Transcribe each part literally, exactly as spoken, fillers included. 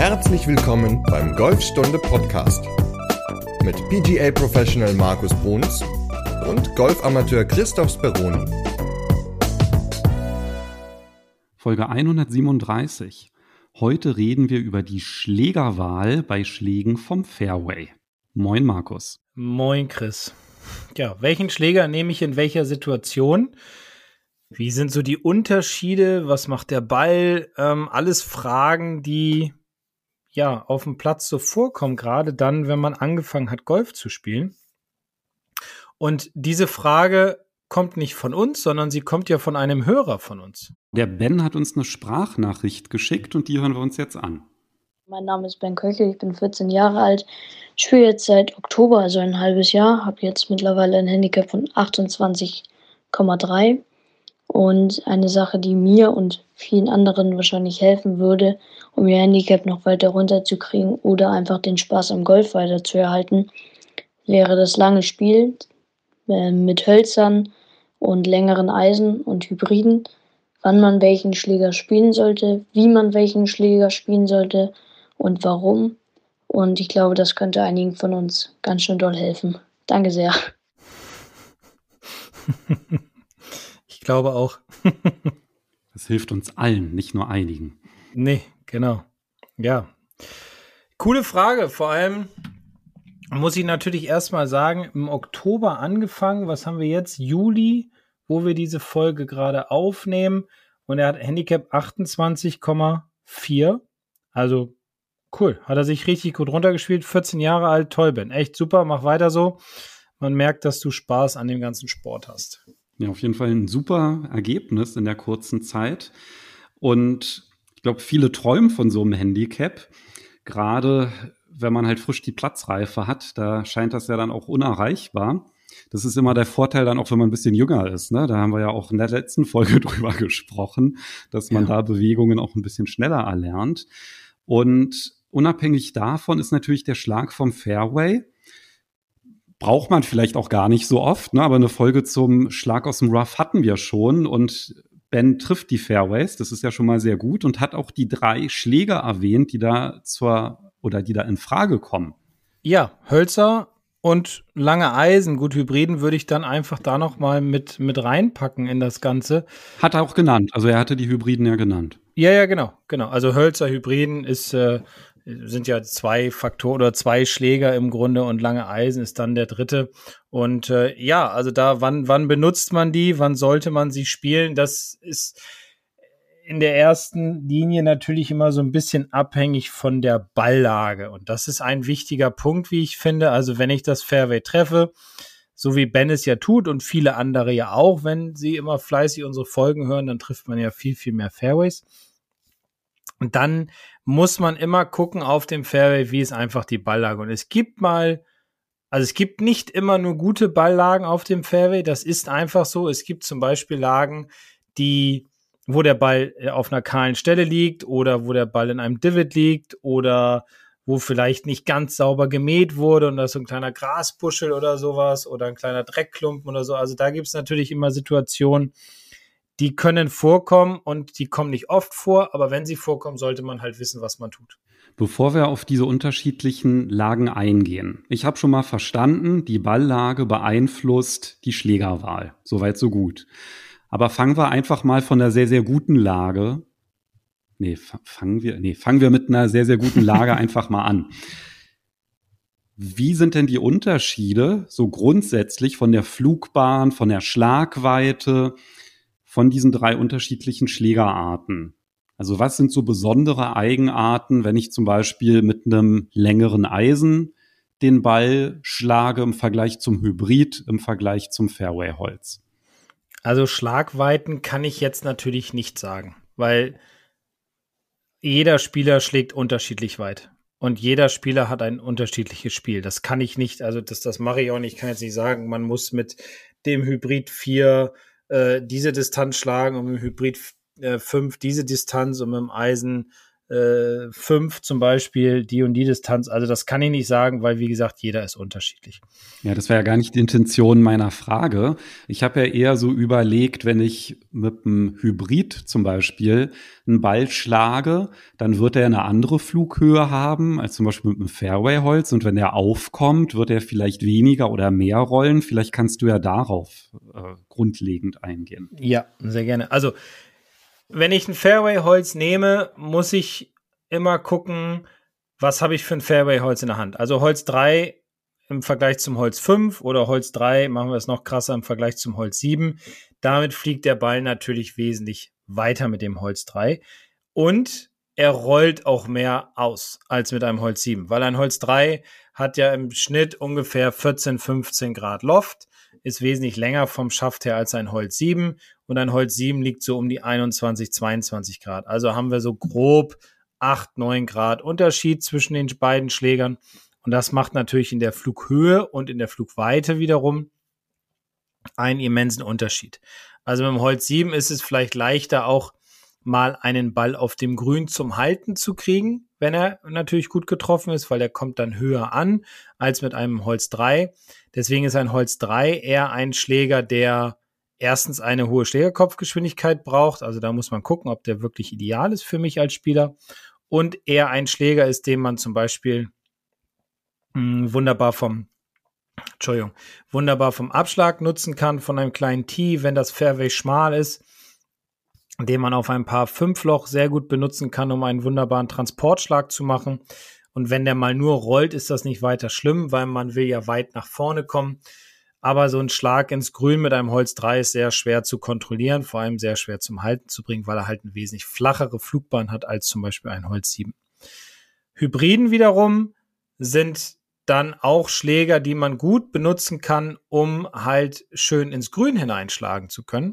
Herzlich willkommen beim Golfstunde Podcast mit P G A-Professional Markus Bruns und Golfamateur Christoph Speroni. Folge hundertsiebenunddreißig. Heute reden wir über die Schlägerwahl bei Schlägen vom Fairway. Moin Markus. Moin Chris. Ja, welchen Schläger nehme ich in welcher Situation? Wie sind so die Unterschiede? Was macht der Ball? Ähm, alles Fragen, die ja auf dem Platz so vorkommen, gerade dann, wenn man angefangen hat, Golf zu spielen. Und diese Frage kommt nicht von uns, sondern sie kommt ja von einem Hörer von uns. Der Ben hat uns eine Sprachnachricht geschickt und die hören wir uns jetzt an. Mein Name ist Ben Köchel, ich bin vierzehn Jahre alt, spiele jetzt seit Oktober, also ein halbes Jahr, habe jetzt mittlerweile ein Handicap von achtundzwanzig Komma drei. Und eine Sache, die mir und vielen anderen wahrscheinlich helfen würde, um ihr Handicap noch weiter runterzukriegen oder einfach den Spaß am Golf weiter zu erhalten, wäre das lange Spiel äh, mit Hölzern und längeren Eisen und Hybriden, wann man welchen Schläger spielen sollte, wie man welchen Schläger spielen sollte und warum. Und ich glaube, das könnte einigen von uns ganz schön doll helfen. Danke sehr. Ich glaube auch. Das hilft uns allen, nicht nur einigen. Nee, genau. Ja. Coole Frage. Vor allem muss ich natürlich erstmal sagen, im Oktober angefangen. Was haben wir jetzt? Juli, wo wir diese Folge gerade aufnehmen. Und er hat Handicap achtundzwanzig Komma vier. Also cool. Hat er sich richtig gut runtergespielt. vierzehn Jahre alt. Toll, Ben. Echt super. Mach weiter so. Man merkt, dass du Spaß an dem ganzen Sport hast. Ja, auf jeden Fall ein super Ergebnis in der kurzen Zeit. Und ich glaube, viele träumen von so einem Handicap. Gerade wenn man halt frisch die Platzreife hat, da scheint das ja dann auch unerreichbar. Das ist immer der Vorteil dann auch, wenn man ein bisschen jünger ist, ne? Da haben wir ja auch in der letzten Folge drüber gesprochen, dass man ja da Bewegungen auch ein bisschen schneller erlernt. Und unabhängig davon ist natürlich der Schlag vom Fairway. Braucht man vielleicht auch gar nicht so oft, ne? Aber eine Folge zum Schlag aus dem Rough hatten wir schon und Ben trifft die Fairways, das ist ja schon mal sehr gut und hat auch die drei Schläger erwähnt, die da zur oder die da in Frage kommen. Ja, Hölzer und lange Eisen, gut, Hybriden würde ich dann einfach da noch mal mit, mit reinpacken in das Ganze. Hat er auch genannt, also er hatte die Hybriden ja genannt. Ja, ja, genau, genau. Also Hölzer, Hybriden ist äh, sind ja zwei Faktoren oder zwei Schläger im Grunde und lange Eisen ist dann der dritte. Und äh, ja, also da, wann, wann benutzt man die? Wann sollte man sie spielen? Das ist in der ersten Linie natürlich immer so ein bisschen abhängig von der Balllage. Und das ist ein wichtiger Punkt, wie ich finde. Also wenn ich das Fairway treffe, so wie Ben es ja tut und viele andere ja auch, wenn sie immer fleißig unsere Folgen hören, dann trifft man ja viel, viel mehr Fairways. Und dann muss man immer gucken auf dem Fairway, wie ist einfach die Balllage. Und es gibt mal, also es gibt nicht immer nur gute Balllagen auf dem Fairway. Das ist einfach so. Es gibt zum Beispiel Lagen, die, wo der Ball auf einer kahlen Stelle liegt oder wo der Ball in einem Divot liegt oder wo vielleicht nicht ganz sauber gemäht wurde und da ist so ein kleiner Grasbuschel oder sowas oder ein kleiner Dreckklumpen oder so. Also da gibt es natürlich immer Situationen, die können vorkommen und die kommen nicht oft vor, aber wenn sie vorkommen, sollte man halt wissen, was man tut. Bevor wir auf diese unterschiedlichen Lagen eingehen, ich habe schon mal verstanden, die Balllage beeinflusst die Schlägerwahl. Soweit, so gut. Aber fangen wir einfach mal von der sehr, sehr guten Lage. Nee, fangen wir, nee, fangen wir mit einer sehr, sehr guten Lage einfach mal an. Wie sind denn die Unterschiede so grundsätzlich von der Flugbahn, von der Schlagweite, von diesen drei unterschiedlichen Schlägerarten? Also was sind so besondere Eigenarten, wenn ich zum Beispiel mit einem längeren Eisen den Ball schlage im Vergleich zum Hybrid, im Vergleich zum Fairway-Holz? Also Schlagweiten kann ich jetzt natürlich nicht sagen, weil jeder Spieler schlägt unterschiedlich weit. Und jeder Spieler hat ein unterschiedliches Spiel. Das kann ich nicht, also das, das mache ich auch nicht. Ich kann jetzt nicht sagen, man muss mit dem Hybrid vier diese Distanz schlagen und mit dem Hybrid fünf diese Distanz und mit dem Eisen fünf zum Beispiel, die und die Distanz. Also das kann ich nicht sagen, weil wie gesagt, jeder ist unterschiedlich. Ja, das war ja gar nicht die Intention meiner Frage. Ich habe ja eher so überlegt, wenn ich mit einem Hybrid zum Beispiel einen Ball schlage, dann wird er eine andere Flughöhe haben als zum Beispiel mit einem Fairway-Holz. Und wenn er aufkommt, wird er vielleicht weniger oder mehr rollen. Vielleicht kannst du ja darauf äh, grundlegend eingehen. Ja, sehr gerne. Also wenn ich ein Fairway-Holz nehme, muss ich immer gucken, was habe ich für ein Fairway-Holz in der Hand. Also Holz drei im Vergleich zum Holz fünf oder Holz drei, machen wir es noch krasser, im Vergleich zum Holz sieben. Damit fliegt der Ball natürlich wesentlich weiter mit dem Holz drei. Und er rollt auch mehr aus als mit einem Holz sieben, weil ein Holz drei hat ja im Schnitt ungefähr vierzehn, fünfzehn Grad Loft, ist wesentlich länger vom Schaft her als ein Holz sieben und ein Holz sieben liegt so um die einundzwanzig, zweiundzwanzig Grad. Also haben wir so grob acht, neun Grad Unterschied zwischen den beiden Schlägern und das macht natürlich in der Flughöhe und in der Flugweite wiederum einen immensen Unterschied. Also mit dem Holz sieben ist es vielleicht leichter auch mal einen Ball auf dem Grün zum Halten zu kriegen, wenn er natürlich gut getroffen ist, weil der kommt dann höher an als mit einem Holz drei. Deswegen ist ein Holz drei eher ein Schläger, der erstens eine hohe Schlägerkopfgeschwindigkeit braucht. Also da muss man gucken, ob der wirklich ideal ist für mich als Spieler. Und eher ein Schläger ist, den man zum Beispiel mh, wunderbar vom Entschuldigung, wunderbar vom Abschlag nutzen kann, von einem kleinen Tee, wenn das Fairway schmal ist, den man auf ein paar Fünfloch sehr gut benutzen kann, um einen wunderbaren Transportschlag zu machen. Und wenn der mal nur rollt, ist das nicht weiter schlimm, weil man will ja weit nach vorne kommen. Aber so ein Schlag ins Grün mit einem Holz drei ist sehr schwer zu kontrollieren, vor allem sehr schwer zum Halten zu bringen, weil er halt eine wesentlich flachere Flugbahn hat als zum Beispiel ein Holz sieben. Hybriden wiederum sind dann auch Schläger, die man gut benutzen kann, um halt schön ins Grün hineinschlagen zu können,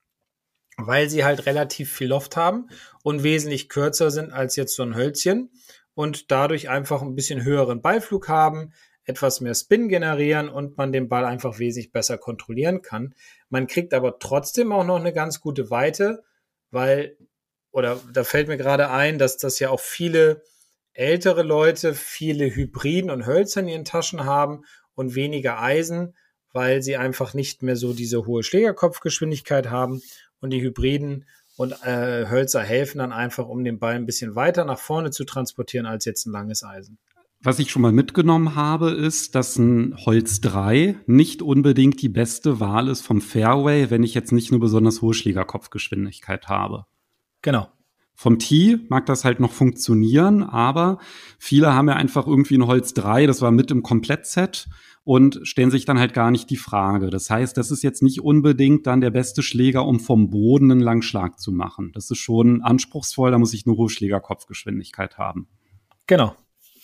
weil sie halt relativ viel Loft haben und wesentlich kürzer sind als jetzt so ein Hölzchen und dadurch einfach ein bisschen höheren Ballflug haben, etwas mehr Spin generieren und man den Ball einfach wesentlich besser kontrollieren kann. Man kriegt aber trotzdem auch noch eine ganz gute Weite, weil, oder da fällt mir gerade ein, dass das ja auch viele ältere Leute viele Hybriden und Hölzer in ihren Taschen haben und weniger Eisen, weil sie einfach nicht mehr so diese hohe Schlägerkopfgeschwindigkeit haben. Und die Hybriden und äh, Hölzer helfen dann einfach, um den Ball ein bisschen weiter nach vorne zu transportieren, als jetzt ein langes Eisen. Was ich schon mal mitgenommen habe, ist, dass ein Holz drei nicht unbedingt die beste Wahl ist vom Fairway, wenn ich jetzt nicht eine besonders hohe Schlägerkopfgeschwindigkeit habe. Genau. Vom Tee mag das halt noch funktionieren, aber viele haben ja einfach irgendwie ein Holz drei, das war mit im Komplettset, und stellen sich dann halt gar nicht die Frage. Das heißt, das ist jetzt nicht unbedingt dann der beste Schläger, um vom Boden einen Langschlag zu machen. Das ist schon anspruchsvoll, da muss ich eine hohe Schlägerkopfgeschwindigkeit haben. Genau.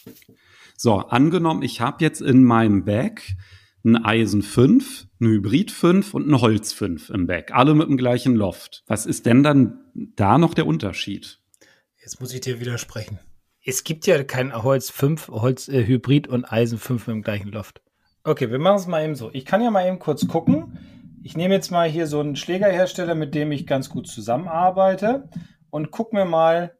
So, angenommen, ich habe jetzt in meinem Bag ein Eisen fünf, ein Hybrid fünf und ein Holz fünf im Bag. Alle mit dem gleichen Loft. Was ist denn dann da noch der Unterschied? Jetzt muss ich dir widersprechen. Es gibt ja kein Holz fünf, Holz äh, Hybrid und Eisen fünf mit dem gleichen Loft. Okay, wir machen es mal eben so. Ich kann ja mal eben kurz gucken. Ich nehme jetzt mal hier so einen Schlägerhersteller, mit dem ich ganz gut zusammenarbeite und gucke mir mal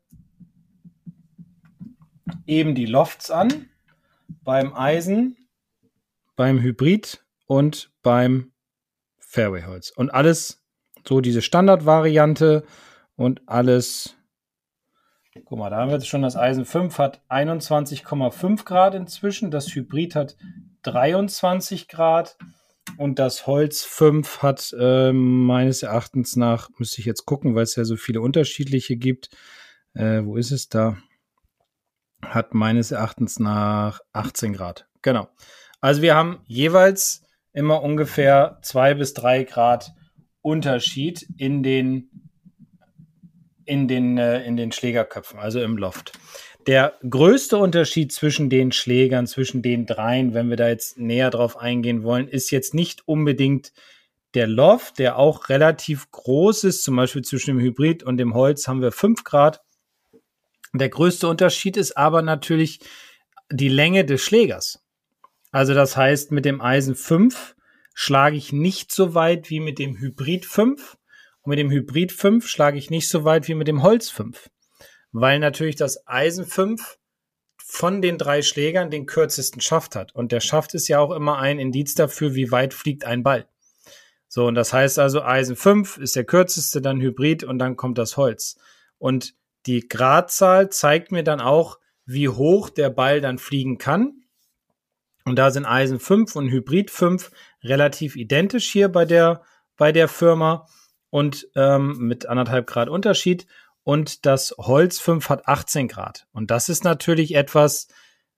eben die Lofts an beim Eisen, beim Hybrid und beim Fairway-Holz. Und alles so diese Standardvariante und alles. Guck mal, da haben wir jetzt schon das Eisen fünf hat einundzwanzig Komma fünf Grad inzwischen, das Hybrid hat dreiundzwanzig Grad und das Holz fünf hat äh, meines Erachtens nach, müsste ich jetzt gucken, weil es ja so viele unterschiedliche gibt. Äh, wo ist es da? Hat meines Erachtens nach achtzehn Grad. Genau. Also wir haben jeweils immer ungefähr zwei bis drei Grad Unterschied in den in den äh, in den Schlägerköpfen, also im Loft. Der größte Unterschied zwischen den Schlägern, zwischen den dreien, wenn wir da jetzt näher drauf eingehen wollen, ist jetzt nicht unbedingt der Loft, der auch relativ groß ist. Zum Beispiel zwischen dem Hybrid und dem Holz haben wir fünf Grad. Der größte Unterschied ist aber natürlich die Länge des Schlägers. Also das heißt, mit dem Eisen fünf schlage ich nicht so weit wie mit dem Hybrid fünf und mit dem Hybrid fünf schlage ich nicht so weit wie mit dem Holz fünf. weil natürlich das Eisen fünf von den drei Schlägern den kürzesten Schaft hat. Und der Schaft ist ja auch immer ein Indiz dafür, wie weit fliegt ein Ball. So, und das heißt also, Eisen fünf ist der kürzeste, dann Hybrid und dann kommt das Holz. Und die Gradzahl zeigt mir dann auch, wie hoch der Ball dann fliegen kann. Und da sind Eisen fünf und Hybrid fünf relativ identisch hier bei der, bei der Firma und ähm, mit anderthalb Grad Unterschied. Und das Holz fünf hat achtzehn Grad. Und das ist natürlich etwas,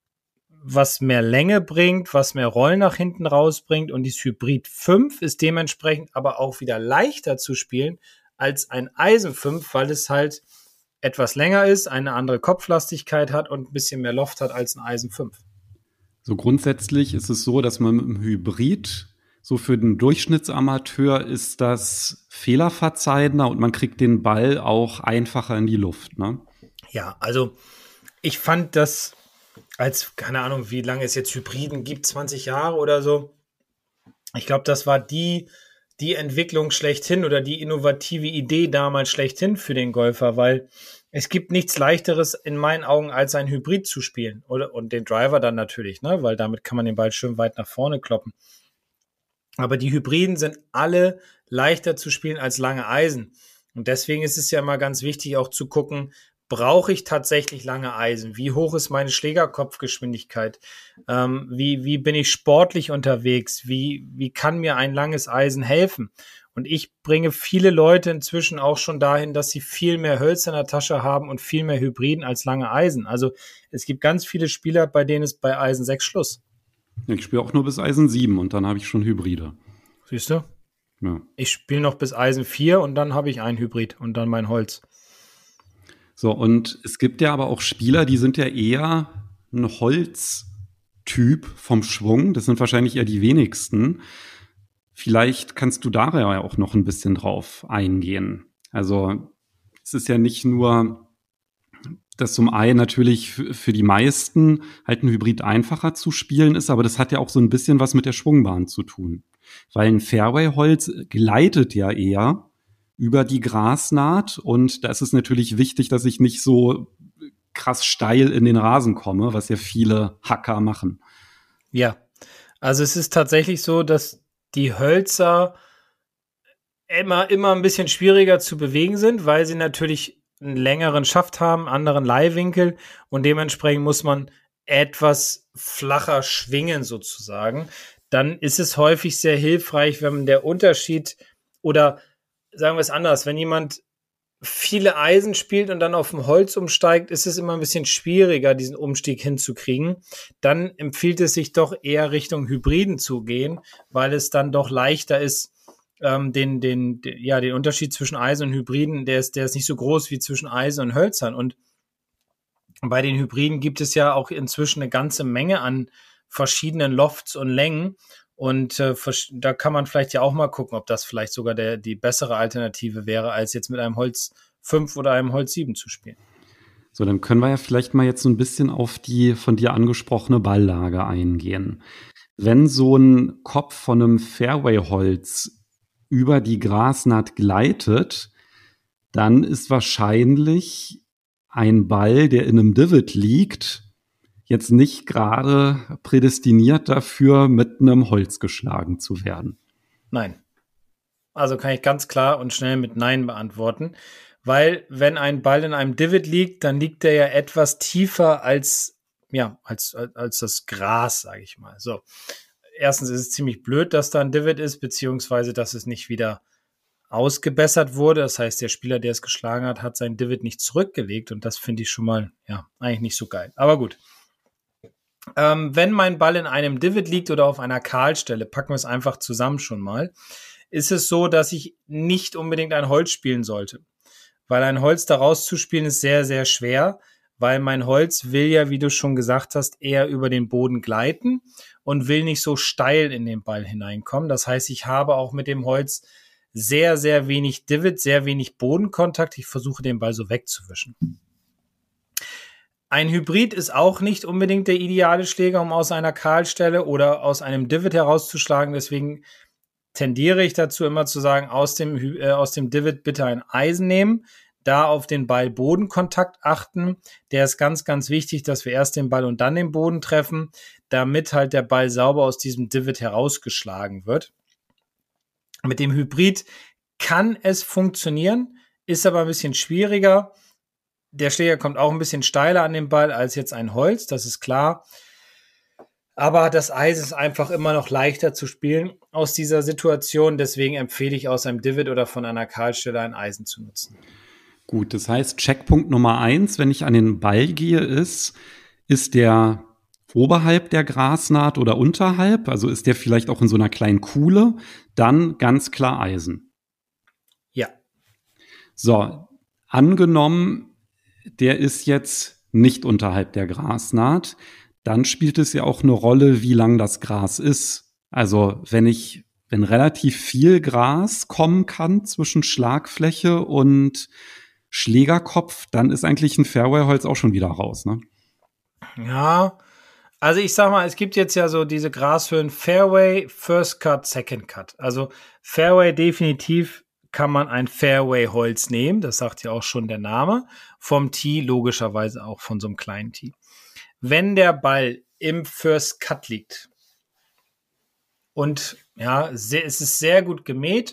was mehr Länge bringt, was mehr Rollen nach hinten rausbringt. Und dieses Hybrid fünf ist dementsprechend aber auch wieder leichter zu spielen als ein Eisen fünf, weil es halt etwas länger ist, eine andere Kopflastigkeit hat und ein bisschen mehr Loft hat als ein Eisen fünf. So grundsätzlich ist es so, dass man mit dem Hybrid, so für den Durchschnittsamateur ist das fehlerverzeihender und man kriegt den Ball auch einfacher in die Luft, ne? Ja, also ich fand das als, keine Ahnung, wie lange es jetzt Hybriden gibt, zwanzig Jahre oder so. Ich glaube, das war die, die Entwicklung schlechthin oder die innovative Idee damals schlechthin für den Golfer, weil es gibt nichts Leichteres in meinen Augen, als ein Hybrid zu spielen. Oder, und den Driver dann natürlich, ne? Weil damit kann man den Ball schön weit nach vorne kloppen. Aber die Hybriden sind alle leichter zu spielen als lange Eisen. Und deswegen ist es ja immer ganz wichtig, auch zu gucken, brauche ich tatsächlich lange Eisen? Wie hoch ist meine Schlägerkopfgeschwindigkeit? Ähm, wie, wie bin ich sportlich unterwegs? Wie, wie kann mir ein langes Eisen helfen? Und ich bringe viele Leute inzwischen auch schon dahin, dass sie viel mehr Hölzer in der Tasche haben und viel mehr Hybriden als lange Eisen. Also es gibt ganz viele Spieler, bei denen ist bei Eisen sechs Schluss. Ich spiele auch nur bis Eisen sieben und dann habe ich schon Hybride. Siehst du? Ja. Ich spiele noch bis Eisen vier und dann habe ich ein Hybrid und dann mein Holz. So, und es gibt ja aber auch Spieler, die sind ja eher ein Holztyp vom Schwung. Das sind wahrscheinlich eher die wenigsten. Vielleicht kannst du da ja auch noch ein bisschen drauf eingehen. Also es ist ja nicht nur, dass zum einen natürlich für die meisten halt ein Hybrid einfacher zu spielen ist, aber das hat ja auch so ein bisschen was mit der Schwungbahn zu tun. Weil ein Fairway-Holz gleitet ja eher über die Grasnaht und da ist es natürlich wichtig, dass ich nicht so krass steil in den Rasen komme, was ja viele Hacker machen. Ja, also es ist tatsächlich so, dass die Hölzer immer, immer ein bisschen schwieriger zu bewegen sind, weil sie natürlich einen längeren Schaft haben, anderen Leihwinkel und dementsprechend muss man etwas flacher schwingen sozusagen. Dann ist es häufig sehr hilfreich, wenn man der Unterschied oder sagen wir es anders, wenn jemand viele Eisen spielt und dann auf dem Holz umsteigt, ist es immer ein bisschen schwieriger, diesen Umstieg hinzukriegen. Dann empfiehlt es sich doch eher Richtung Hybriden zu gehen, weil es dann doch leichter ist, ähm, den, den, den, ja, den Unterschied zwischen Eisen und Hybriden, der ist, der ist nicht so groß wie zwischen Eisen und Hölzern. Und bei den Hybriden gibt es ja auch inzwischen eine ganze Menge an verschiedenen Lofts und Längen. Und äh, da kann man vielleicht ja auch mal gucken, ob das vielleicht sogar der, die bessere Alternative wäre, als jetzt mit einem Holz fünf oder einem Holz sieben zu spielen. So, dann können wir ja vielleicht mal jetzt so ein bisschen auf die von dir angesprochene Balllage eingehen. Wenn so ein Kopf von einem Fairway-Holz über die Grasnaht gleitet, dann ist wahrscheinlich ein Ball, der in einem Divot liegt, jetzt nicht gerade prädestiniert dafür, mit einem Holz geschlagen zu werden. Nein. Also kann ich ganz klar und schnell mit Nein beantworten. Weil wenn ein Ball in einem Divot liegt, dann liegt der ja etwas tiefer als, ja, als, als das Gras, sage ich mal. So. Erstens ist es ziemlich blöd, dass da ein Divot ist, beziehungsweise dass es nicht wieder ausgebessert wurde. Das heißt, der Spieler, der es geschlagen hat, hat sein Divot nicht zurückgelegt. Und das finde ich schon mal, ja, eigentlich nicht so geil. Aber gut. Ähm, wenn mein Ball in einem Divot liegt oder auf einer Kahlstelle, packen wir es einfach zusammen schon mal, ist es so, dass ich nicht unbedingt ein Holz spielen sollte. Weil ein Holz da rauszuspielen ist sehr, sehr schwer, weil mein Holz will ja, wie du schon gesagt hast, eher über den Boden gleiten und will nicht so steil in den Ball hineinkommen. Das heißt, ich habe auch mit dem Holz sehr, sehr wenig Divot, sehr wenig Bodenkontakt. Ich versuche, den Ball so wegzuwischen. Ein Hybrid ist auch nicht unbedingt der ideale Schläger, um aus einer Kahlstelle oder aus einem Divot herauszuschlagen. Deswegen tendiere ich dazu immer zu sagen, aus dem, äh, aus dem Divot bitte ein Eisen nehmen. da auf den Ball-Bodenkontakt achten. Der ist ganz, ganz wichtig, dass wir erst den Ball und dann den Boden treffen, damit halt der Ball sauber aus diesem Divot herausgeschlagen wird. Mit dem Hybrid kann es funktionieren, ist aber ein bisschen schwieriger. Der Schläger kommt auch ein bisschen steiler an den Ball als jetzt ein Holz, das ist klar. Aber das Eis ist einfach immer noch leichter zu spielen aus dieser Situation. Deswegen empfehle ich aus einem Divot oder von einer Kahlstelle ein Eisen zu nutzen. Gut, das heißt, Checkpunkt Nummer eins, wenn ich an den Ball gehe, ist, ist der oberhalb der Grasnaht oder unterhalb? Also ist der vielleicht auch in so einer kleinen Kuhle? Dann ganz klar Eisen. Ja. So, angenommen, der ist jetzt nicht unterhalb der Grasnaht, dann spielt es ja auch eine Rolle, wie lang das Gras ist. Also wenn ich, wenn relativ viel Gras kommen kann zwischen Schlagfläche und Schlägerkopf, dann ist eigentlich ein Fairway-Holz auch schon wieder raus, ne? Ja, also ich sag mal, es gibt jetzt ja so diese Grashöhen Fairway, First Cut, Second Cut. Also Fairway definitiv kann man ein Fairway-Holz nehmen, das sagt ja auch schon der Name, vom Tee logischerweise auch von so einem kleinen Tee. Wenn der Ball im First Cut liegt und ja, sehr, es ist sehr gut gemäht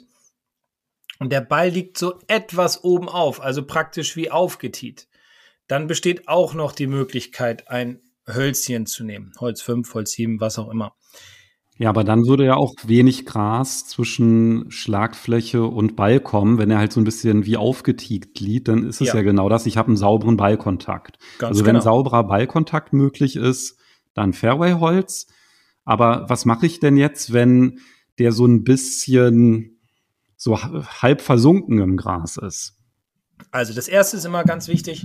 und der Ball liegt so etwas oben auf, also praktisch wie aufgetiet, dann besteht auch noch die Möglichkeit, ein Hölzchen zu nehmen. Holz fünf, Holz sieben, was auch immer. Ja, aber dann würde ja auch wenig Gras zwischen Schlagfläche und Ball kommen. Wenn er halt so ein bisschen wie aufgetiegt liegt, dann ist es ja, ja genau das. Ich habe einen sauberen Ballkontakt. Ganz also wenn genau. sauberer Ballkontakt möglich ist, dann Fairway-Holz. Aber was mache ich denn jetzt, wenn der so ein bisschen so halb versunken im Gras ist? Also das Erste ist immer ganz wichtig,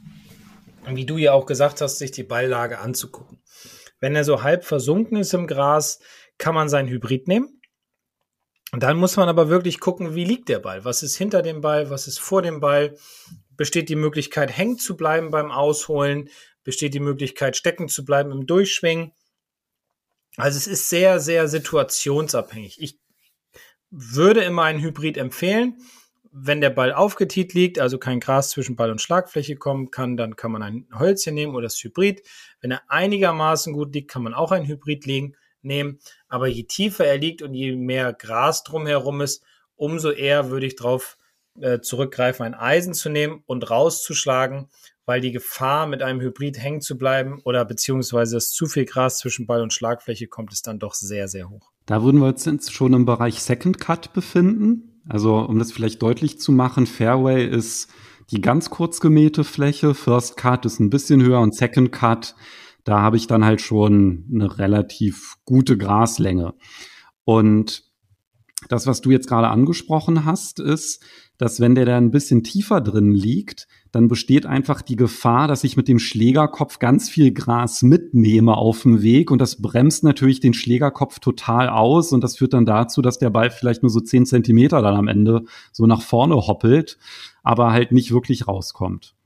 wie du ja auch gesagt hast, sich die Balllage anzugucken. Wenn er so halb versunken ist im Gras, kann man seinen Hybrid nehmen. Und dann muss man aber wirklich gucken, wie liegt der Ball? Was ist hinter dem Ball? Was ist vor dem Ball? Besteht die Möglichkeit, hängen zu bleiben beim Ausholen? Besteht die Möglichkeit, stecken zu bleiben im Durchschwingen? Also es ist sehr, sehr situationsabhängig. Ich würde immer einen Hybrid empfehlen. Wenn der Ball aufgetiet liegt, also kein Gras zwischen Ball und Schlagfläche kommen kann, dann kann man ein Hölzchen nehmen oder das Hybrid. Wenn er einigermaßen gut liegt, kann man auch ein Hybrid legen, nehmen. Aber je tiefer er liegt und je mehr Gras drumherum ist, umso eher würde ich darauf äh, zurückgreifen, ein Eisen zu nehmen und rauszuschlagen, weil die Gefahr, mit einem Hybrid hängen zu bleiben oder beziehungsweise dass zu viel Gras zwischen Ball und Schlagfläche kommt, ist dann doch sehr, sehr hoch. Da würden wir uns jetzt schon im Bereich Second Cut befinden. Also um das vielleicht deutlich zu machen, Fairway ist die ganz kurz gemähte Fläche, First Cut ist ein bisschen höher und Second Cut, da habe ich dann halt schon eine relativ gute Graslänge. Und das, was du jetzt gerade angesprochen hast, ist, dass wenn der da ein bisschen tiefer drin liegt, dann besteht einfach die Gefahr, dass ich mit dem Schlägerkopf ganz viel Gras mitnehme auf dem Weg und das bremst natürlich den Schlägerkopf total aus und das führt dann dazu, dass der Ball vielleicht nur so zehn Zentimeter dann am Ende so nach vorne hoppelt, aber halt nicht wirklich rauskommt.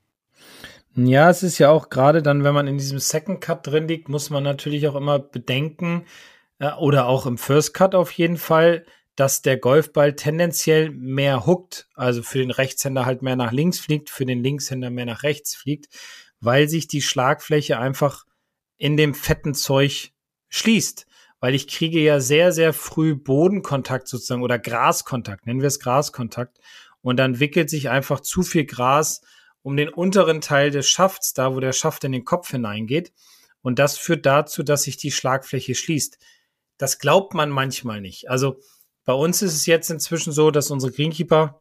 Ja, es ist ja auch gerade dann, wenn man in diesem Second Cut drin liegt, muss man natürlich auch immer bedenken, äh, oder auch im First Cut auf jeden Fall, dass der Golfball tendenziell mehr hookt, also für den Rechtshänder halt mehr nach links fliegt, für den Linkshänder mehr nach rechts fliegt, weil sich die Schlagfläche einfach in dem fetten Zeug schließt. Weil ich kriege ja sehr, sehr früh Bodenkontakt sozusagen oder Graskontakt, nennen wir es Graskontakt. Und dann wickelt sich einfach zu viel Gras um den unteren Teil des Schafts, da wo der Schaft in den Kopf hineingeht. Und das führt dazu, dass sich die Schlagfläche schließt. Das glaubt man manchmal nicht. Also bei uns ist es jetzt inzwischen so, dass unsere Greenkeeper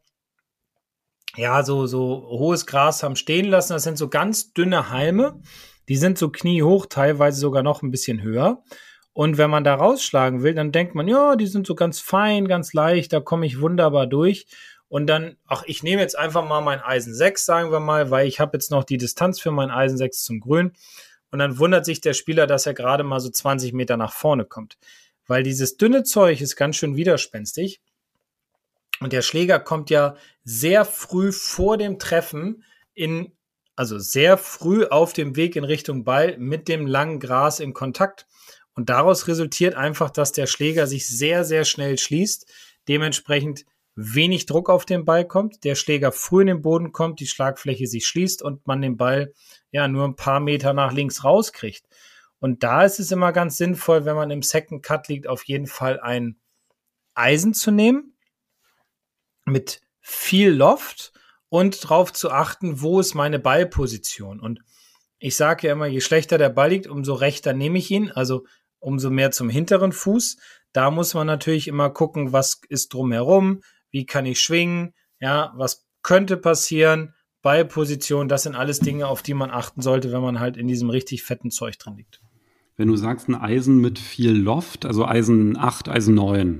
ja so, so hohes Gras haben stehen lassen. Das sind so ganz dünne Halme. Die sind so kniehoch, teilweise sogar noch ein bisschen höher. Und wenn man da rausschlagen will, dann denkt man, ja, die sind so ganz fein, ganz leicht, da komme ich wunderbar durch. Und dann, ach, ich nehme jetzt einfach mal mein Eisen sechs, sagen wir mal, weil ich habe jetzt noch die Distanz für mein Eisen sechs zum Grün. Und dann wundert sich der Spieler, dass er gerade mal so zwanzig Meter nach vorne kommt. Weil dieses dünne Zeug ist ganz schön widerspenstig. Und der Schläger kommt ja sehr früh vor dem Treffen in, also sehr früh auf dem Weg in Richtung Ball mit dem langen Gras in Kontakt. Und daraus resultiert einfach, dass der Schläger sich sehr, sehr schnell schließt. Dementsprechend wenig Druck auf den Ball kommt, der Schläger früh in den Boden kommt, die Schlagfläche sich schließt und man den Ball ja nur ein paar Meter nach links rauskriegt. Und da ist es immer ganz sinnvoll, wenn man im Second Cut liegt, auf jeden Fall ein Eisen zu nehmen mit viel Loft und darauf zu achten, wo ist meine Ballposition. Und ich sage ja immer, je schlechter der Ball liegt, umso rechter nehme ich ihn, also umso mehr zum hinteren Fuß. Da muss man natürlich immer gucken, was ist drumherum, wie kann ich schwingen, ja, was könnte passieren, Ballposition, das sind alles Dinge, auf die man achten sollte, wenn man halt in diesem richtig fetten Zeug drin liegt. Wenn du sagst, ein Eisen mit viel Loft, also Eisen acht, Eisen neun.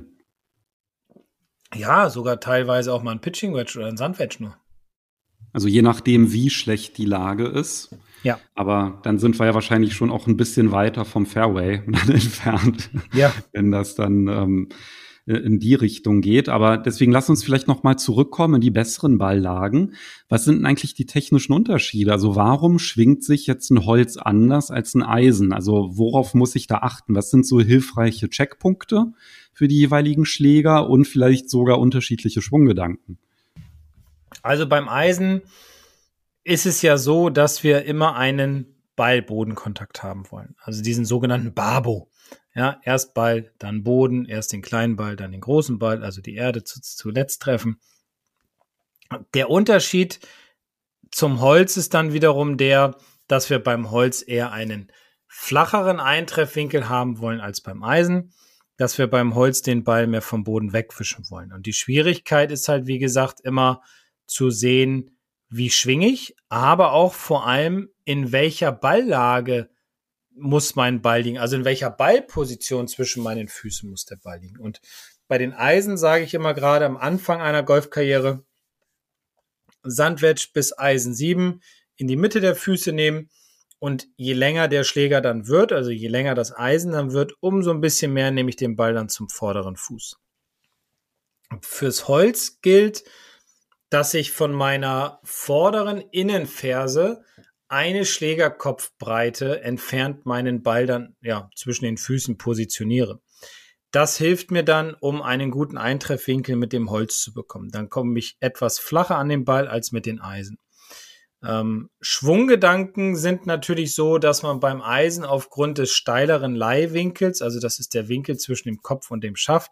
Ja, sogar teilweise auch mal ein Pitching Wedge oder ein Sandwedge nur. Also je nachdem, wie schlecht die Lage ist. Ja. Aber dann sind wir ja wahrscheinlich schon auch ein bisschen weiter vom Fairway entfernt, ja. wenn das dann ähm, in die Richtung geht. Aber deswegen lass uns vielleicht noch mal zurückkommen in die besseren Balllagen. Was sind denn eigentlich die technischen Unterschiede? Also warum schwingt sich jetzt ein Holz anders als ein Eisen? Also worauf muss ich da achten? Was sind so hilfreiche Checkpunkte für die jeweiligen Schläger und vielleicht sogar unterschiedliche Schwunggedanken? Also beim Eisen ist es ja so, dass wir immer einen Ball-Bodenkontakt haben wollen. Also diesen sogenannten Babo. Ja, erst Ball, dann Boden, erst den kleinen Ball, dann den großen Ball, also die Erde zu, zuletzt treffen. Der Unterschied zum Holz ist dann wiederum der, dass wir beim Holz eher einen flacheren Eintreffwinkel haben wollen als beim Eisen, dass wir beim Holz den Ball mehr vom Boden wegwischen wollen. Und die Schwierigkeit ist halt, wie gesagt, immer zu sehen, wie schwinge ich, aber auch vor allem, in welcher Balllage muss mein Ball liegen, also in welcher Ballposition zwischen meinen Füßen muss der Ball liegen. Und bei den Eisen sage ich immer gerade am Anfang einer Golfkarriere, Sandwedge bis Eisen sieben in die Mitte der Füße nehmen und je länger der Schläger dann wird, also je länger das Eisen dann wird, umso ein bisschen mehr nehme ich den Ball dann zum vorderen Fuß. Fürs Holz gilt, dass ich von meiner vorderen Innenferse eine Schlägerkopfbreite entfernt meinen Ball dann ja zwischen den Füßen positioniere. Das hilft mir dann, um einen guten Eintreffwinkel mit dem Holz zu bekommen. Dann komme ich etwas flacher an den Ball als mit den Eisen. Ähm, Schwunggedanken sind natürlich so, dass man beim Eisen aufgrund des steileren Leihwinkels, also das ist der Winkel zwischen dem Kopf und dem Schaft,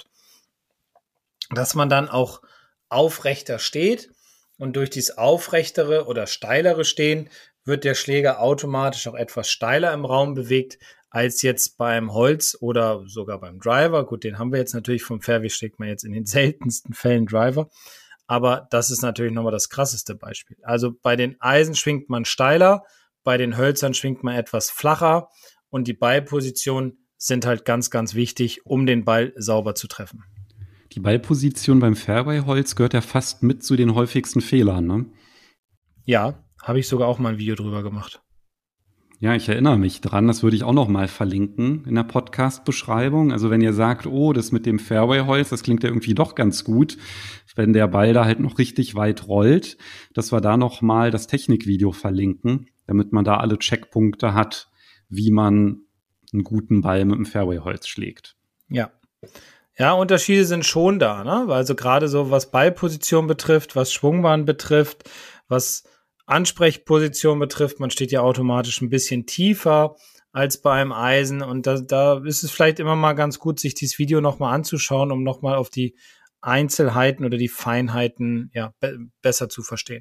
dass man dann auch aufrechter steht und durch dieses aufrechtere oder steilere Stehen wird der Schläger automatisch auch etwas steiler im Raum bewegt, als jetzt beim Holz oder sogar beim Driver. Gut, den haben wir jetzt natürlich vom Fairway, schlägt man jetzt in den seltensten Fällen Driver, aber das ist natürlich nochmal das krasseste Beispiel. Also bei den Eisen schwingt man steiler, bei den Hölzern schwingt man etwas flacher und die Ballpositionen sind halt ganz, ganz wichtig, um den Ball sauber zu treffen. Die Ballposition beim Fairway-Holz gehört ja fast mit zu den häufigsten Fehlern, ne? Ja, habe ich sogar auch mal ein Video drüber gemacht. Ja, ich erinnere mich dran. Das würde ich auch noch mal verlinken in der Podcast-Beschreibung. Also wenn ihr sagt, oh, das mit dem Fairway-Holz, das klingt ja irgendwie doch ganz gut, wenn der Ball da halt noch richtig weit rollt, dass wir da noch mal das Technikvideo verlinken, damit man da alle Checkpunkte hat, wie man einen guten Ball mit dem Fairway-Holz schlägt. Ja. Ja, Unterschiede sind schon da, ne? Also gerade so, was Ballposition betrifft, was Schwungbahn betrifft, was Ansprechposition betrifft, man steht ja automatisch ein bisschen tiefer als bei einem Eisen und da, da ist es vielleicht immer mal ganz gut, sich dieses Video nochmal anzuschauen, um nochmal auf die Einzelheiten oder die Feinheiten ja be- besser zu verstehen.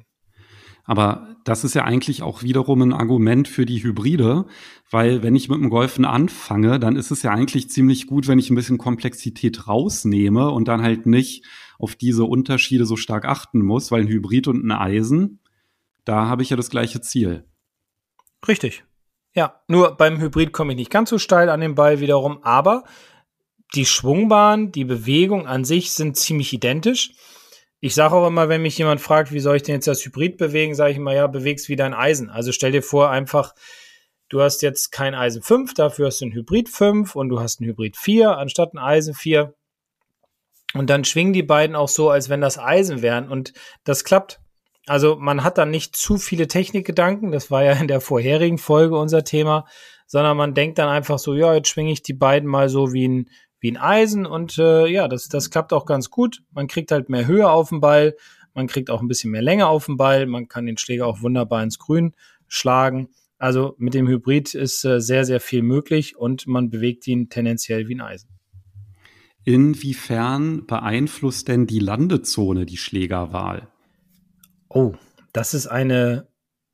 Aber das ist ja eigentlich auch wiederum ein Argument für die Hybride, weil wenn ich mit dem Golfen anfange, dann ist es ja eigentlich ziemlich gut, wenn ich ein bisschen Komplexität rausnehme und dann halt nicht auf diese Unterschiede so stark achten muss, weil ein Hybrid und ein Eisen, da habe ich ja das gleiche Ziel. Richtig. Ja, nur beim Hybrid komme ich nicht ganz so steil an den Ball wiederum, aber die Schwungbahn, die Bewegung an sich sind ziemlich identisch. Ich sage auch immer, wenn mich jemand fragt, wie soll ich denn jetzt das Hybrid bewegen, sage ich immer, ja, beweg's wie dein Eisen. Also stell dir vor, einfach, du hast jetzt kein Eisen fünf, dafür hast du ein Hybrid fünf und du hast ein Hybrid vier anstatt ein Eisen vier. Und dann schwingen die beiden auch so, als wenn das Eisen wären und das klappt. Also man hat dann nicht zu viele Technikgedanken, das war ja in der vorherigen Folge unser Thema, sondern man denkt dann einfach so, ja, jetzt schwinge ich die beiden mal so wie ein, wie wie ein Eisen und äh, ja, das, das klappt auch ganz gut. Man kriegt halt mehr Höhe auf den Ball, man kriegt auch ein bisschen mehr Länge auf den Ball, man kann den Schläger auch wunderbar ins Grün schlagen. Also mit dem Hybrid ist äh, sehr, sehr viel möglich und man bewegt ihn tendenziell wie ein Eisen. Inwiefern beeinflusst denn die Landezone die Schlägerwahl? Oh, das ist eine,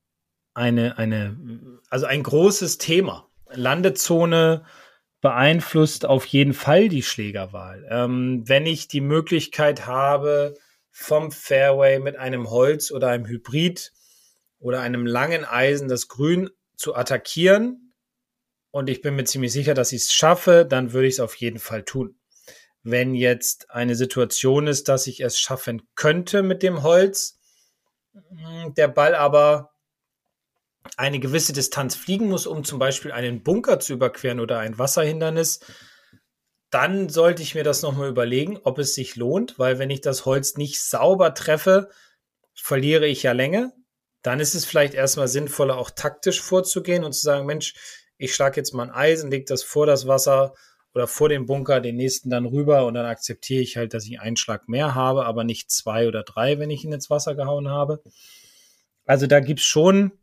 eine, eine, also ein großes Thema. Landezone beeinflusst auf jeden Fall die Schlägerwahl. Ähm, wenn ich die Möglichkeit habe, vom Fairway mit einem Holz oder einem Hybrid oder einem langen Eisen das Grün zu attackieren und ich bin mir ziemlich sicher, dass ich es schaffe, dann würde ich es auf jeden Fall tun. Wenn jetzt eine Situation ist, dass ich es schaffen könnte mit dem Holz, der Ball aber eine gewisse Distanz fliegen muss, um zum Beispiel einen Bunker zu überqueren oder ein Wasserhindernis, dann sollte ich mir das nochmal überlegen, ob es sich lohnt, weil wenn ich das Holz nicht sauber treffe, verliere ich ja Länge. Dann ist es vielleicht erstmal sinnvoller, auch taktisch vorzugehen und zu sagen, Mensch, ich schlage jetzt mal ein Eisen, lege das vor das Wasser oder vor den Bunker, den nächsten dann rüber und dann akzeptiere ich halt, dass ich einen Schlag mehr habe, aber nicht zwei oder drei, wenn ich ihn ins Wasser gehauen habe. Also da gibt es schon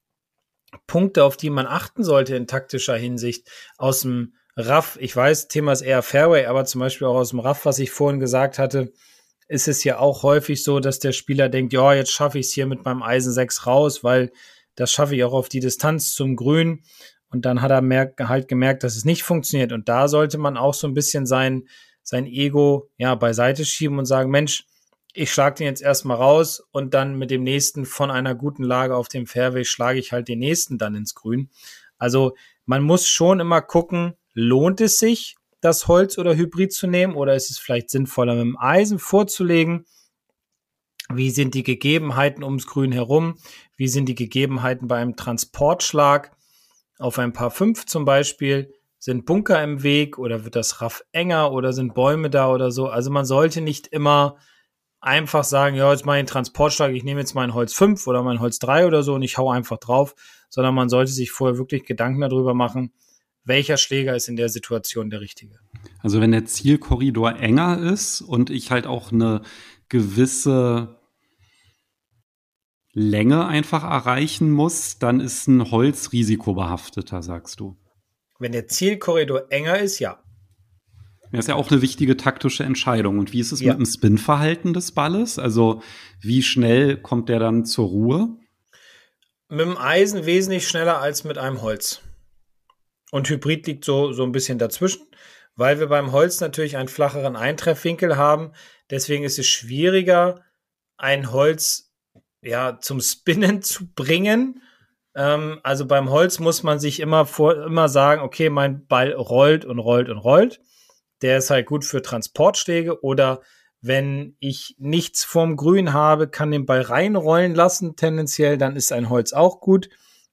Punkte, auf die man achten sollte in taktischer Hinsicht. Aus dem Raff, ich weiß, Thema ist eher Fairway, aber zum Beispiel auch aus dem Raff, was ich vorhin gesagt hatte, ist es ja auch häufig so, dass der Spieler denkt, ja, jetzt schaffe ich es hier mit meinem Eisen sechs raus, weil das schaffe ich auch auf die Distanz zum Grün. Und dann hat er mer- halt gemerkt, dass es nicht funktioniert. Und da sollte man auch so ein bisschen sein, sein Ego ja beiseite schieben und sagen, Mensch, ich schlage den jetzt erstmal raus und dann mit dem nächsten von einer guten Lage auf dem Fairway schlage ich halt den nächsten dann ins Grün. Also man muss schon immer gucken, lohnt es sich, das Holz oder Hybrid zu nehmen oder ist es vielleicht sinnvoller, mit dem Eisen vorzulegen? Wie sind die Gegebenheiten ums Grün herum? Wie sind die Gegebenheiten bei einem Transportschlag? Auf ein Par fünf zum Beispiel, sind Bunker im Weg oder wird das Raff enger oder sind Bäume da oder so? Also man sollte nicht immer einfach sagen, ja, jetzt mache ich einen Transportschlag, ich nehme jetzt mein Holz fünf oder mein Holz drei oder so und ich hau einfach drauf, sondern man sollte sich vorher wirklich Gedanken darüber machen, welcher Schläger ist in der Situation der richtige. Also wenn der Zielkorridor enger ist und ich halt auch eine gewisse Länge einfach erreichen muss, dann ist ein Holz risikobehafteter, sagst du. Wenn der Zielkorridor enger ist, ja. Das ist ja auch eine wichtige taktische Entscheidung. Und wie ist es Ja. mit dem Spin-Verhalten des Balles? Also wie schnell kommt der dann zur Ruhe? Mit dem Eisen wesentlich schneller als mit einem Holz. Und Hybrid liegt so, so ein bisschen dazwischen, weil wir beim Holz natürlich einen flacheren Eintreffwinkel haben. Deswegen ist es schwieriger, ein Holz ja, zum Spinnen zu bringen. Ähm, also beim Holz muss man sich immer vor, immer sagen, okay, mein Ball rollt und rollt und rollt. Der ist halt gut für Transportschläge oder wenn ich nichts vorm Grün habe, kann den Ball reinrollen lassen, tendenziell, dann ist ein Holz auch gut.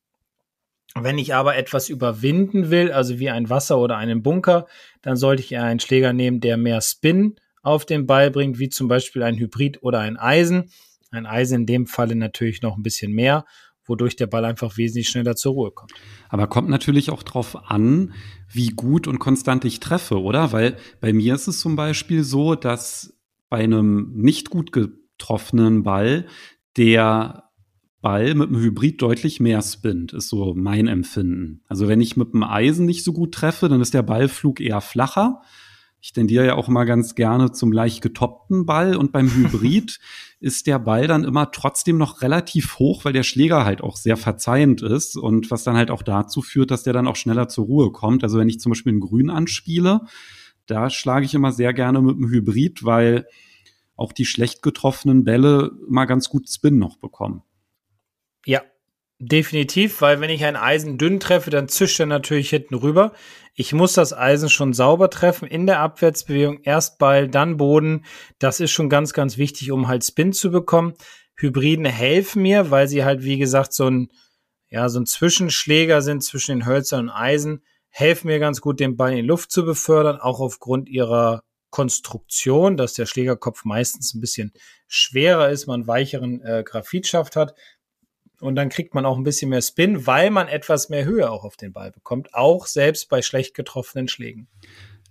Wenn ich aber etwas überwinden will, also wie ein Wasser oder einen Bunker, dann sollte ich eher einen Schläger nehmen, der mehr Spin auf den Ball bringt, wie zum Beispiel ein Hybrid oder ein Eisen. Ein Eisen in dem Falle natürlich noch ein bisschen mehr, wodurch der Ball einfach wesentlich schneller zur Ruhe kommt. Aber kommt natürlich auch drauf an, wie gut und konstant ich treffe, oder? Weil bei mir ist es zum Beispiel so, dass bei einem nicht gut getroffenen Ball der Ball mit dem Hybrid deutlich mehr spinnt, ist so mein Empfinden. Also wenn ich mit dem Eisen nicht so gut treffe, dann ist der Ballflug eher flacher. Ich tendiere ja auch immer ganz gerne zum leicht getoppten Ball und beim Hybrid ist der Ball dann immer trotzdem noch relativ hoch, weil der Schläger halt auch sehr verzeihend ist und was dann halt auch dazu führt, dass der dann auch schneller zur Ruhe kommt. Also wenn ich zum Beispiel ein Grün anspiele, da schlage ich immer sehr gerne mit dem Hybrid, weil auch die schlecht getroffenen Bälle immer ganz gut Spin noch bekommen. Ja, definitiv, weil wenn ich ein Eisen dünn treffe, dann zischt er natürlich hinten rüber. Ich muss das Eisen schon sauber treffen in der Abwärtsbewegung. Erst Ball, dann Boden. Das ist schon ganz, ganz wichtig, um halt Spin zu bekommen. Hybriden helfen mir, weil sie halt, wie gesagt, so ein, ja, so ein Zwischenschläger sind zwischen den Hölzern und Eisen. Helfen mir ganz gut, den Ball in die Luft zu befördern, auch aufgrund ihrer Konstruktion, dass der Schlägerkopf meistens ein bisschen schwerer ist, man einen weicheren äh, Graphitschaft hat. Und dann kriegt man auch ein bisschen mehr Spin, weil man etwas mehr Höhe auch auf den Ball bekommt, auch selbst bei schlecht getroffenen Schlägen.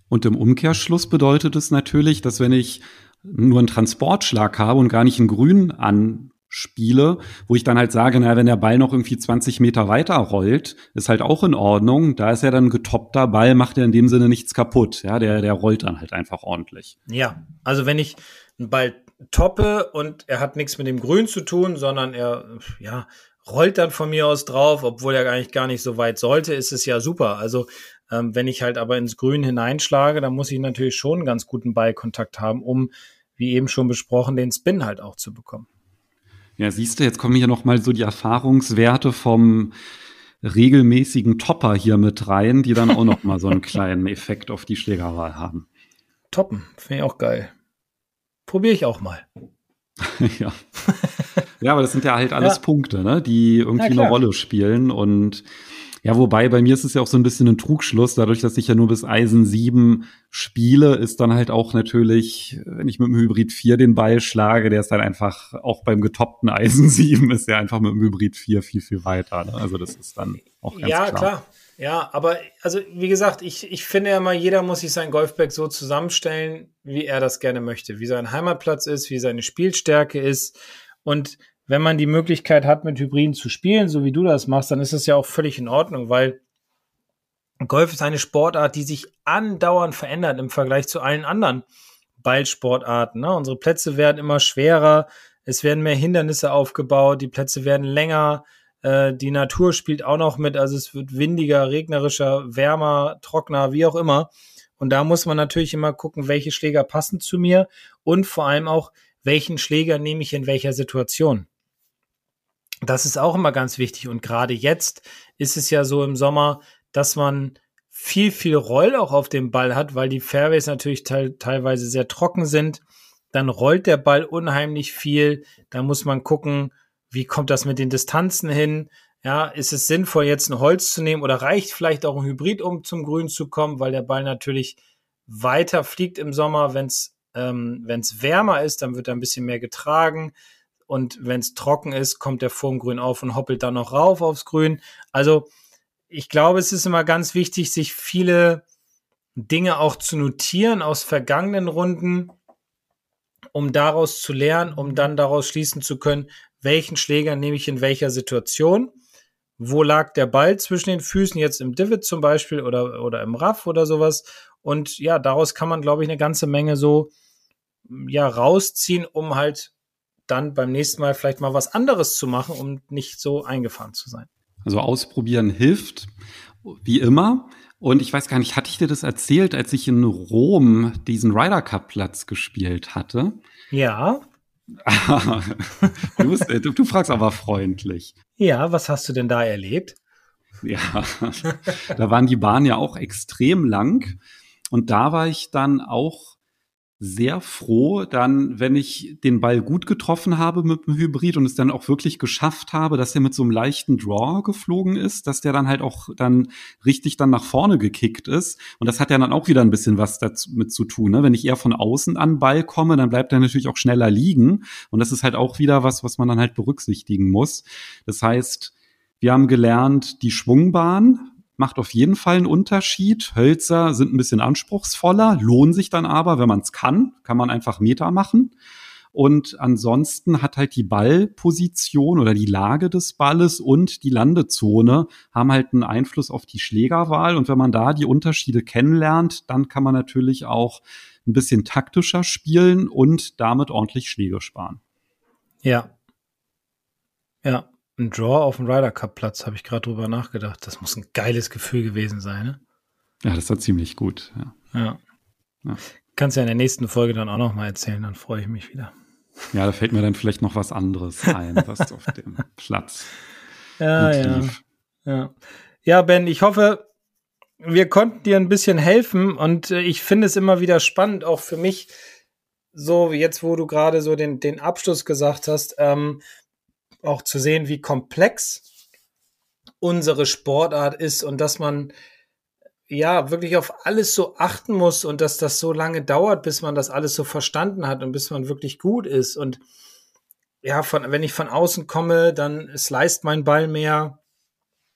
Und im Umkehrschluss bedeutet es natürlich, dass wenn ich nur einen Transportschlag habe und gar nicht einen Grün anspiele, wo ich dann halt sage, na, wenn der Ball noch irgendwie zwanzig Meter weiter rollt, ist halt auch in Ordnung. Da ist ja dann ein getoppter Ball, macht ja in dem Sinne nichts kaputt. Ja, der, der rollt dann halt einfach ordentlich. Ja, also wenn ich einen Ball toppe und er hat nichts mit dem Grün zu tun, sondern er, ja, rollt dann von mir aus drauf, obwohl er eigentlich gar nicht so weit sollte, ist es ja super. Also ähm, wenn ich halt aber ins Grün hineinschlage, dann muss ich natürlich schon einen ganz guten Ballkontakt haben, um, wie eben schon besprochen, den Spin halt auch zu bekommen. Ja, siehst du, jetzt kommen hier nochmal so die Erfahrungswerte vom regelmäßigen Topper hier mit rein, die dann auch nochmal so einen kleinen Effekt auf die Schlägerwahl haben. Toppen, finde ich auch geil. Probiere ich auch mal. Ja. Ja, aber das sind ja halt alles Ja. Punkte, ne, die irgendwie Ja, klar. eine Rolle spielen. Und ja, wobei bei mir ist es ja auch so ein bisschen ein Trugschluss, dadurch, dass ich ja nur bis Eisen sieben spiele, ist dann halt auch natürlich, wenn ich mit dem Hybrid vier den Ball schlage, der ist dann einfach auch beim getoppten Eisen sieben ist der einfach mit dem Hybrid vier viel, viel weiter. Ne? Also das ist dann auch ganz Ja, klar. klar. Ja, aber also wie gesagt, ich, ich finde ja immer, jeder muss sich sein Golfbag so zusammenstellen, wie er das gerne möchte, wie sein Heimatplatz ist, wie seine Spielstärke ist. Und wenn man die Möglichkeit hat, mit Hybriden zu spielen, so wie du das machst, dann ist das ja auch völlig in Ordnung, weil Golf ist eine Sportart, die sich andauernd verändert im Vergleich zu allen anderen Ballsportarten. Ne? Unsere Plätze werden immer schwerer, es werden mehr Hindernisse aufgebaut, die Plätze werden länger, äh, die Natur spielt auch noch mit, also es wird windiger, regnerischer, wärmer, trockener, wie auch immer. Und da muss man natürlich immer gucken, welche Schläger passen zu mir und vor allem auch, welchen Schläger nehme ich in welcher Situation. Das ist auch immer ganz wichtig. Und gerade jetzt ist es ja so im Sommer, dass man viel, viel Roll auch auf dem Ball hat, weil die Fairways natürlich te- teilweise sehr trocken sind. Dann rollt der Ball unheimlich viel. Da muss man gucken, wie kommt das mit den Distanzen hin? Ja, ist es sinnvoll, jetzt ein Holz zu nehmen oder reicht vielleicht auch ein Hybrid, um zum Grün zu kommen, weil der Ball natürlich weiter fliegt im Sommer. Wenn es ähm, wenn es wärmer ist, dann wird er ein bisschen mehr getragen. Und wenn es trocken ist, kommt der vorm Grün auf und hoppelt dann noch rauf aufs Grün. Also ich glaube, es ist immer ganz wichtig, sich viele Dinge auch zu notieren aus vergangenen Runden, um daraus zu lernen, um dann daraus schließen zu können, welchen Schläger nehme ich in welcher Situation. Wo lag der Ball zwischen den Füßen, jetzt im Divot zum Beispiel oder, oder im Rough oder sowas. Und ja, daraus kann man, glaube ich, eine ganze Menge so ja rausziehen, um halt dann beim nächsten Mal vielleicht mal was anderes zu machen, um nicht so eingefahren zu sein. Also ausprobieren hilft, wie immer. Und ich weiß gar nicht, hatte ich dir das erzählt, als ich in Rom diesen Ryder Cup Platz gespielt hatte? Ja. du, bist, du, du fragst aber freundlich. Ja, was hast du denn da erlebt? Ja, da waren die Bahnen ja auch extrem lang. Und da war ich dann auch sehr froh, dann, wenn ich den Ball gut getroffen habe mit dem Hybrid und es dann auch wirklich geschafft habe, dass er mit so einem leichten Draw geflogen ist, dass der dann halt auch dann richtig dann nach vorne gekickt ist. Und das hat ja dann auch wieder ein bisschen was damit zu tun. Ne? Wenn ich eher von außen an den Ball komme, dann bleibt er natürlich auch schneller liegen. Und das ist halt auch wieder was, was man dann halt berücksichtigen muss. Das heißt, wir haben gelernt, die Schwungbahn macht auf jeden Fall einen Unterschied. Hölzer sind ein bisschen anspruchsvoller, lohnen sich dann aber, wenn man es kann, kann man einfach Meter machen. Und ansonsten hat halt die Ballposition oder die Lage des Balles und die Landezone haben halt einen Einfluss auf die Schlägerwahl. Und wenn man da die Unterschiede kennenlernt, dann kann man natürlich auch ein bisschen taktischer spielen und damit ordentlich Schläge sparen. Ja. Ja. Ein Draw auf dem Ryder Cup Platz, habe ich gerade drüber nachgedacht. Das muss ein geiles Gefühl gewesen sein, ne? Ja, das war ziemlich gut. Ja. Ja. Ja. Kannst ja in der nächsten Folge dann auch noch mal erzählen, dann freue ich mich wieder. Ja, da fällt mir dann vielleicht noch was anderes ein, was auf dem Platz ja, gut ja. lief. Ja. Ja, Ben, ich hoffe, wir konnten dir ein bisschen helfen und äh, ich finde es immer wieder spannend, auch für mich, so jetzt, wo du gerade so den, den Abschluss gesagt hast, ähm, auch zu sehen, wie komplex unsere Sportart ist und dass man ja wirklich auf alles so achten muss und dass das so lange dauert, bis man das alles so verstanden hat und bis man wirklich gut ist. Und ja, von, wenn ich von außen komme, dann sliced mein Ball mehr.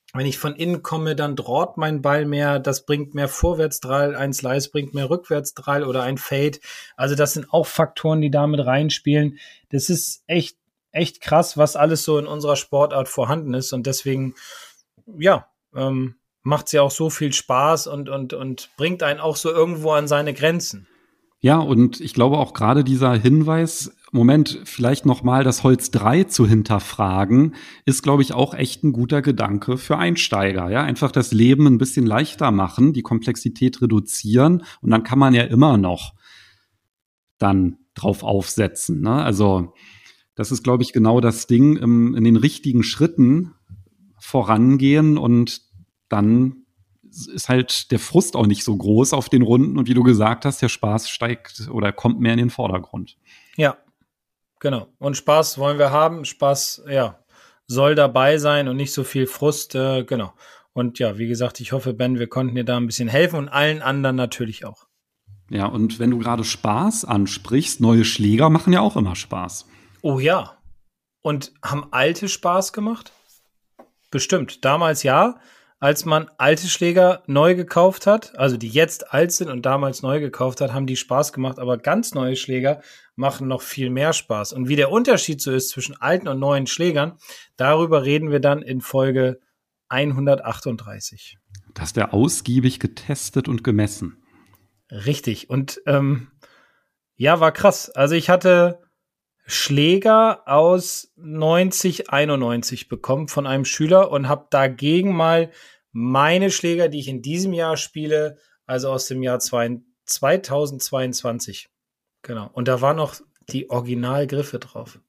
Wenn ich von innen komme, dann droht mein Ball mehr, das bringt mehr Vorwärtsdrall, ein Slice bringt mehr Rückwärtsdrall oder ein Fade. Also das sind auch Faktoren, die damit reinspielen. Das ist echt, echt krass, was alles so in unserer Sportart vorhanden ist und deswegen, ja, ähm, macht sie auch so viel Spaß und, und, und bringt einen auch so irgendwo an seine Grenzen. Ja, und ich glaube auch gerade dieser Hinweis, Moment, vielleicht nochmal das Holz drei zu hinterfragen, ist, glaube ich, auch echt ein guter Gedanke für Einsteiger. Ja, einfach das Leben ein bisschen leichter machen, die Komplexität reduzieren und dann kann man ja immer noch dann drauf aufsetzen. Ne? Also das ist, glaube ich, genau das Ding, im, in den richtigen Schritten vorangehen und dann ist halt der Frust auch nicht so groß auf den Runden und wie du gesagt hast, der Spaß steigt oder kommt mehr in den Vordergrund. Ja, genau. Und Spaß wollen wir haben. Spaß, ja, soll dabei sein und nicht so viel Frust, äh, genau. Und ja, wie gesagt, ich hoffe, Ben, wir konnten dir da ein bisschen helfen und allen anderen natürlich auch. Ja, und wenn du gerade Spaß ansprichst, neue Schläger machen ja auch immer Spaß. Oh ja. Und haben alte Spaß gemacht? Bestimmt. Damals ja. Als man alte Schläger neu gekauft hat, also die jetzt alt sind und damals neu gekauft hat, haben die Spaß gemacht, aber ganz neue Schläger machen noch viel mehr Spaß. Und wie der Unterschied so ist zwischen alten und neuen Schlägern, darüber reden wir dann in Folge hundertachtunddreißig. Das ist der ausgiebig getestet und gemessen. Richtig. Und ähm, ja, war krass. Also ich hatte Schläger aus neunzig, einundneunzig bekommen von einem Schüler und habe dagegen mal meine Schläger, die ich in diesem Jahr spiele, also aus dem Jahr zweitausendzweiundzwanzig. Genau. Und da waren noch die Originalgriffe drauf.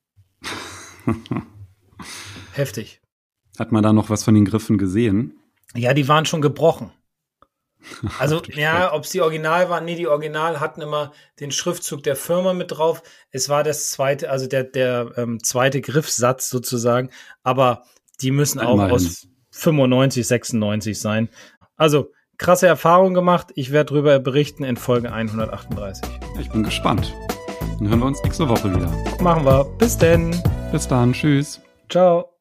Heftig. Hat man da noch was von den Griffen gesehen? Ja, die waren schon gebrochen. Also, ja, ob es die Original waren, nee, die Original hatten immer den Schriftzug der Firma mit drauf. Es war das zweite, also der, der ähm, zweite Griffsatz sozusagen, aber die müssen auch Immerhin. aus fünfundneunzig, sechsundneunzig sein. Also, krasse Erfahrung gemacht. Ich werde darüber berichten in Folge hundertachtunddreißig. Ich bin gespannt. Dann hören wir uns nächste Woche wieder. Machen wir. Bis denn. Bis dann. Tschüss. Ciao.